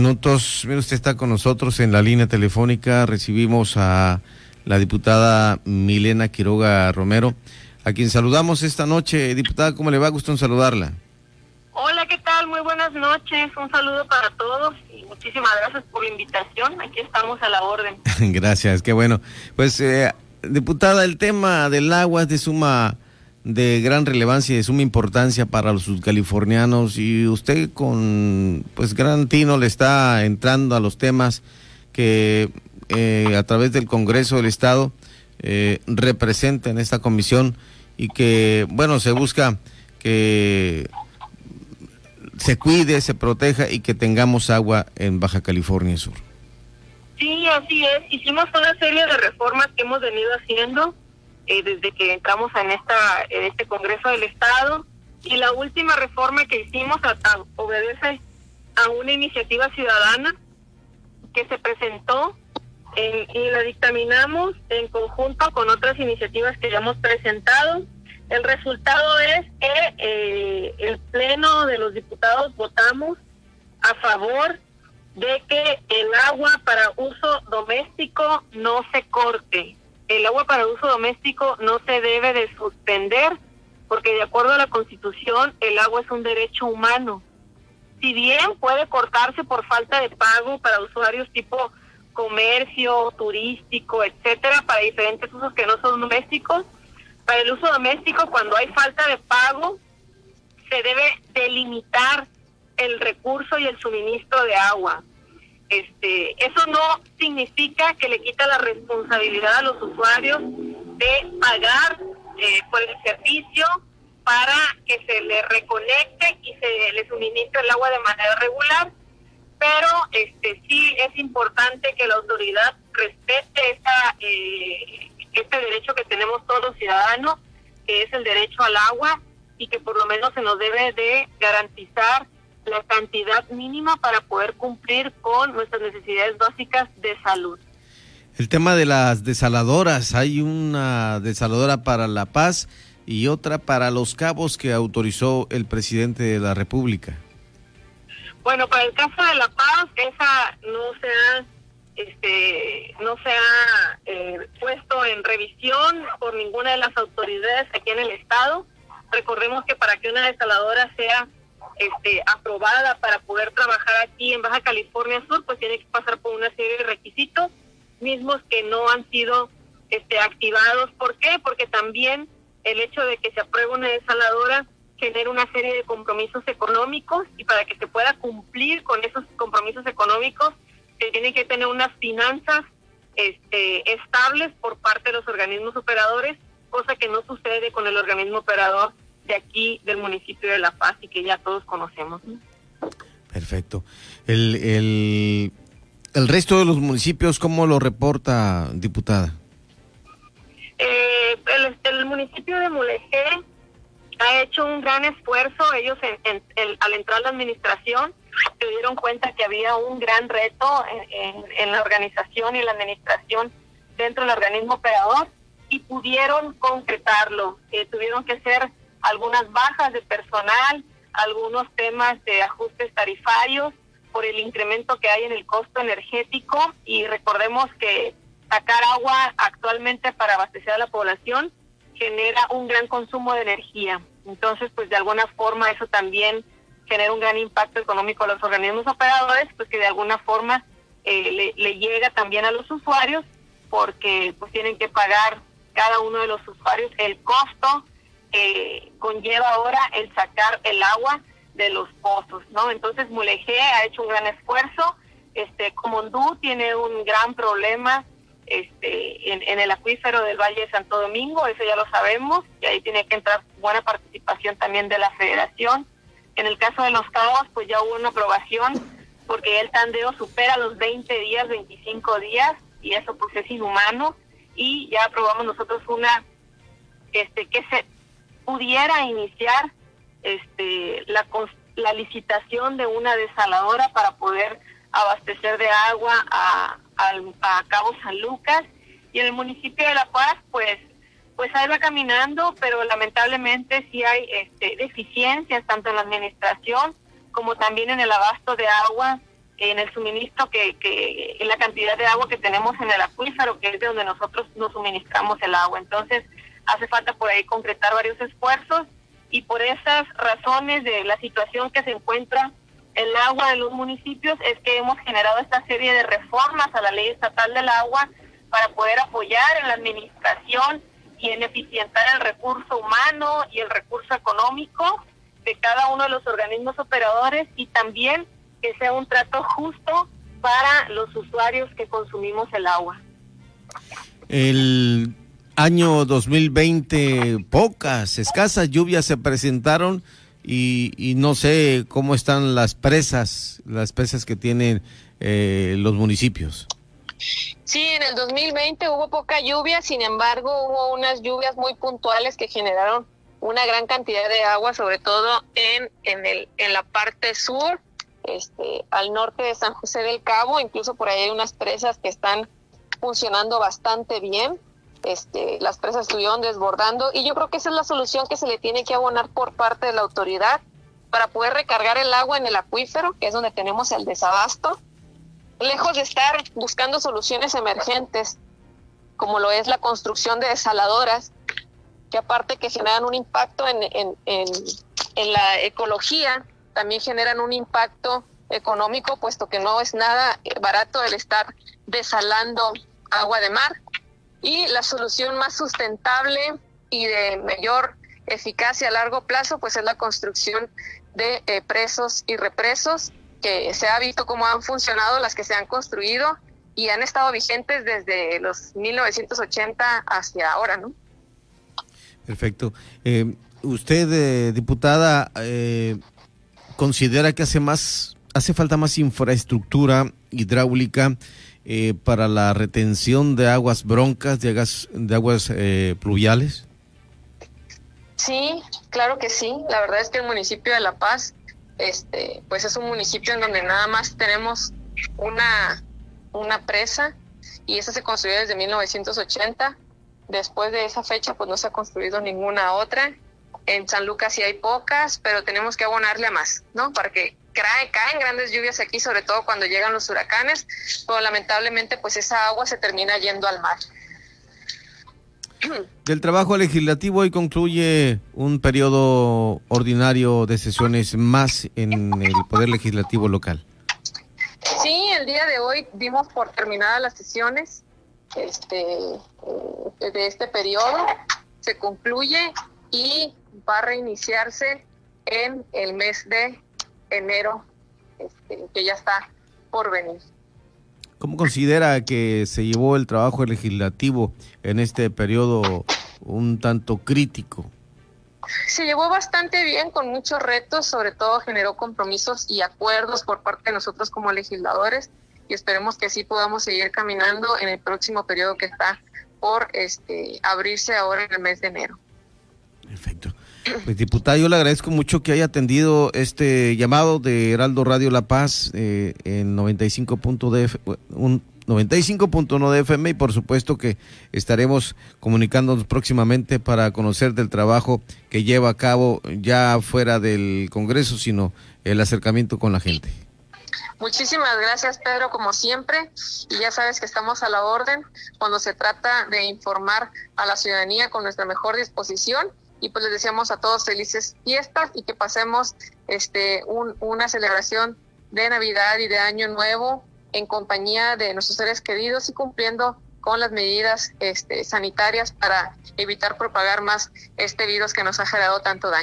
Minutos, mire, usted está con nosotros en la línea telefónica. Recibimos a la diputada Milena Quiroga Romero, a quien saludamos esta noche. Diputada, ¿cómo le va? Gusto en saludarla. Hola, ¿qué tal? Muy buenas noches. Un saludo para todos y muchísimas gracias por la invitación. Aquí estamos a la orden. Gracias, qué bueno. Pues, diputada, el tema del agua es de gran relevancia y de suma importancia para los californianos, y usted con gran tino le está entrando a los temas que a través del Congreso del Estado representa en esta comisión, y que se busca que se cuide, se proteja y que tengamos agua en Baja California Sur. Sí, así es. Hicimos una serie de reformas que hemos venido haciendo desde que entramos en este Congreso del Estado, y la última reforma que hicimos obedece a una iniciativa ciudadana que se presentó y la dictaminamos en conjunto con otras iniciativas que ya hemos presentado. El resultado es que el Pleno de los Diputados votamos a favor de que el agua para uso doméstico no se corte. El agua para uso doméstico no se debe de suspender, porque de acuerdo a la Constitución, el agua es un derecho humano. Si bien puede cortarse por falta de pago para usuarios tipo comercio, turístico, etcétera, para diferentes usos que no son domésticos, para el uso doméstico, cuando hay falta de pago, se debe delimitar el recurso y el suministro de agua. Eso no significa que le quita la responsabilidad a los usuarios de pagar por el servicio para que se le reconecte y se le suministre el agua de manera regular, pero sí es importante que la autoridad respete este derecho que tenemos todos los ciudadanos, que es el derecho al agua, y que por lo menos se nos debe de garantizar la cantidad mínima para poder cumplir con nuestras necesidades básicas de salud. El tema de las desaladoras, hay una desaladora para La Paz y otra para Los Cabos que autorizó el presidente de la República. Bueno, para el caso de La Paz, esa no se ha puesto en revisión por ninguna de las autoridades aquí en el estado. Recordemos que para que una desaladora sea aprobada para poder trabajar aquí en Baja California Sur, pues tiene que pasar por una serie de requisitos mismos que no han sido activados. ¿Por qué? Porque también el hecho de que se apruebe una desaladora genera una serie de compromisos económicos, y para que se pueda cumplir con esos compromisos económicos se tienen que tener unas finanzas estables por parte de los organismos operadores, cosa que no sucede con el organismo operador de aquí del municipio de La Paz y que ya todos conocemos. Perfecto. El resto de los municipios, ¿cómo lo reporta, diputada? El municipio de Mulegé ha hecho un gran esfuerzo. Ellos al entrar a la administración se dieron cuenta que había un gran reto en la organización y la administración dentro del organismo operador, y pudieron concretarlo. Tuvieron que hacer algunas bajas de personal, algunos temas de ajustes tarifarios por el incremento que hay en el costo energético, y recordemos que sacar agua actualmente para abastecer a la población genera un gran consumo de energía. Entonces, pues de alguna forma eso también genera un gran impacto económico a los organismos operadores, pues que de alguna forma le llega también a los usuarios, porque pues tienen que pagar cada uno de los usuarios el costo conlleva ahora el sacar el agua de los pozos, ¿no? Entonces Mulegé ha hecho un gran esfuerzo. Comondú tiene un gran problema en el acuífero del Valle de Santo Domingo, eso ya lo sabemos, y ahí tiene que entrar buena participación también de la federación. En el caso de Los Cabos, pues ya hubo una aprobación, porque el tandeo supera los 20 días, 25 días, y eso pues es inhumano, y ya aprobamos nosotros una que se pudiera iniciar la licitación de una desaladora para poder abastecer de agua a Cabo San Lucas. Y en el municipio de La Paz, pues ahí va caminando, pero lamentablemente sí hay deficiencias tanto en la administración como también en el abasto de agua en el suministro en la cantidad de agua que tenemos en el acuífero, que es de donde nosotros nos suministramos el agua. Entonces hace falta por ahí concretar varios esfuerzos, y por esas razones de la situación que se encuentra el agua en los municipios es que hemos generado esta serie de reformas a la Ley Estatal del Agua para poder apoyar en la administración y en eficientar el recurso humano y el recurso económico de cada uno de los organismos operadores, y también que sea un trato justo para los usuarios que consumimos el agua. El año 2020, escasas lluvias se presentaron, y no sé cómo están las presas que tienen los municipios. Sí, en el 2020 hubo poca lluvia, sin embargo hubo unas lluvias muy puntuales que generaron una gran cantidad de agua, sobre todo en la parte sur, al norte de San José del Cabo. Incluso por ahí hay unas presas que están funcionando bastante bien. Las presas estuvieron desbordando, y yo creo que esa es la solución que se le tiene que abonar por parte de la autoridad para poder recargar el agua en el acuífero, que es donde tenemos el desabasto, lejos de estar buscando soluciones emergentes, como lo es la construcción de desaladoras, que aparte que generan un impacto en la ecología, también generan un impacto económico, puesto que no es nada barato el estar desalando agua de mar. Y la solución más sustentable y de mayor eficacia a largo plazo, pues es la construcción de presos y represos, que se ha visto cómo han funcionado las que se han construido y han estado vigentes desde los 1980 hacia ahora, ¿no? Perfecto. Usted, diputada, ¿considera que hace falta más infraestructura hidráulica para la retención de aguas broncas, de aguas pluviales? Sí, claro que sí. La verdad es que el municipio de La Paz, pues es un municipio en donde nada más tenemos una presa, y esa se construyó desde 1980. Después de esa fecha, pues no se ha construido ninguna otra. En San Lucas sí hay pocas, pero tenemos que abonarle a más, ¿no? Para que caen grandes lluvias aquí, sobre todo cuando llegan los huracanes, pero lamentablemente pues esa agua se termina yendo al mar. Del trabajo legislativo, hoy concluye un periodo ordinario de sesiones más en el Poder Legislativo local. Sí, el día de hoy dimos por terminadas las sesiones de este periodo. Se concluye y va a reiniciarse en el mes de enero, que ya está por venir. ¿Cómo considera que se llevó el trabajo legislativo en este periodo un tanto crítico? Se llevó bastante bien, con muchos retos, sobre todo generó compromisos y acuerdos por parte de nosotros como legisladores, y esperemos que así podamos seguir caminando en el próximo periodo que está por abrirse ahora en el mes de enero. Perfecto. Pues, diputada, yo le agradezco mucho que haya atendido este llamado de Heraldo Radio La Paz en 95.1 de FM, y por supuesto que estaremos comunicándonos próximamente para conocer del trabajo que lleva a cabo ya fuera del Congreso, sino el acercamiento con la gente. Muchísimas gracias, Pedro, como siempre, y ya sabes que estamos a la orden cuando se trata de informar a la ciudadanía con nuestra mejor disposición. Y pues les deseamos a todos felices fiestas, y que pasemos una celebración de Navidad y de Año Nuevo en compañía de nuestros seres queridos y cumpliendo con las medidas sanitarias para evitar propagar más este virus que nos ha generado tanto daño.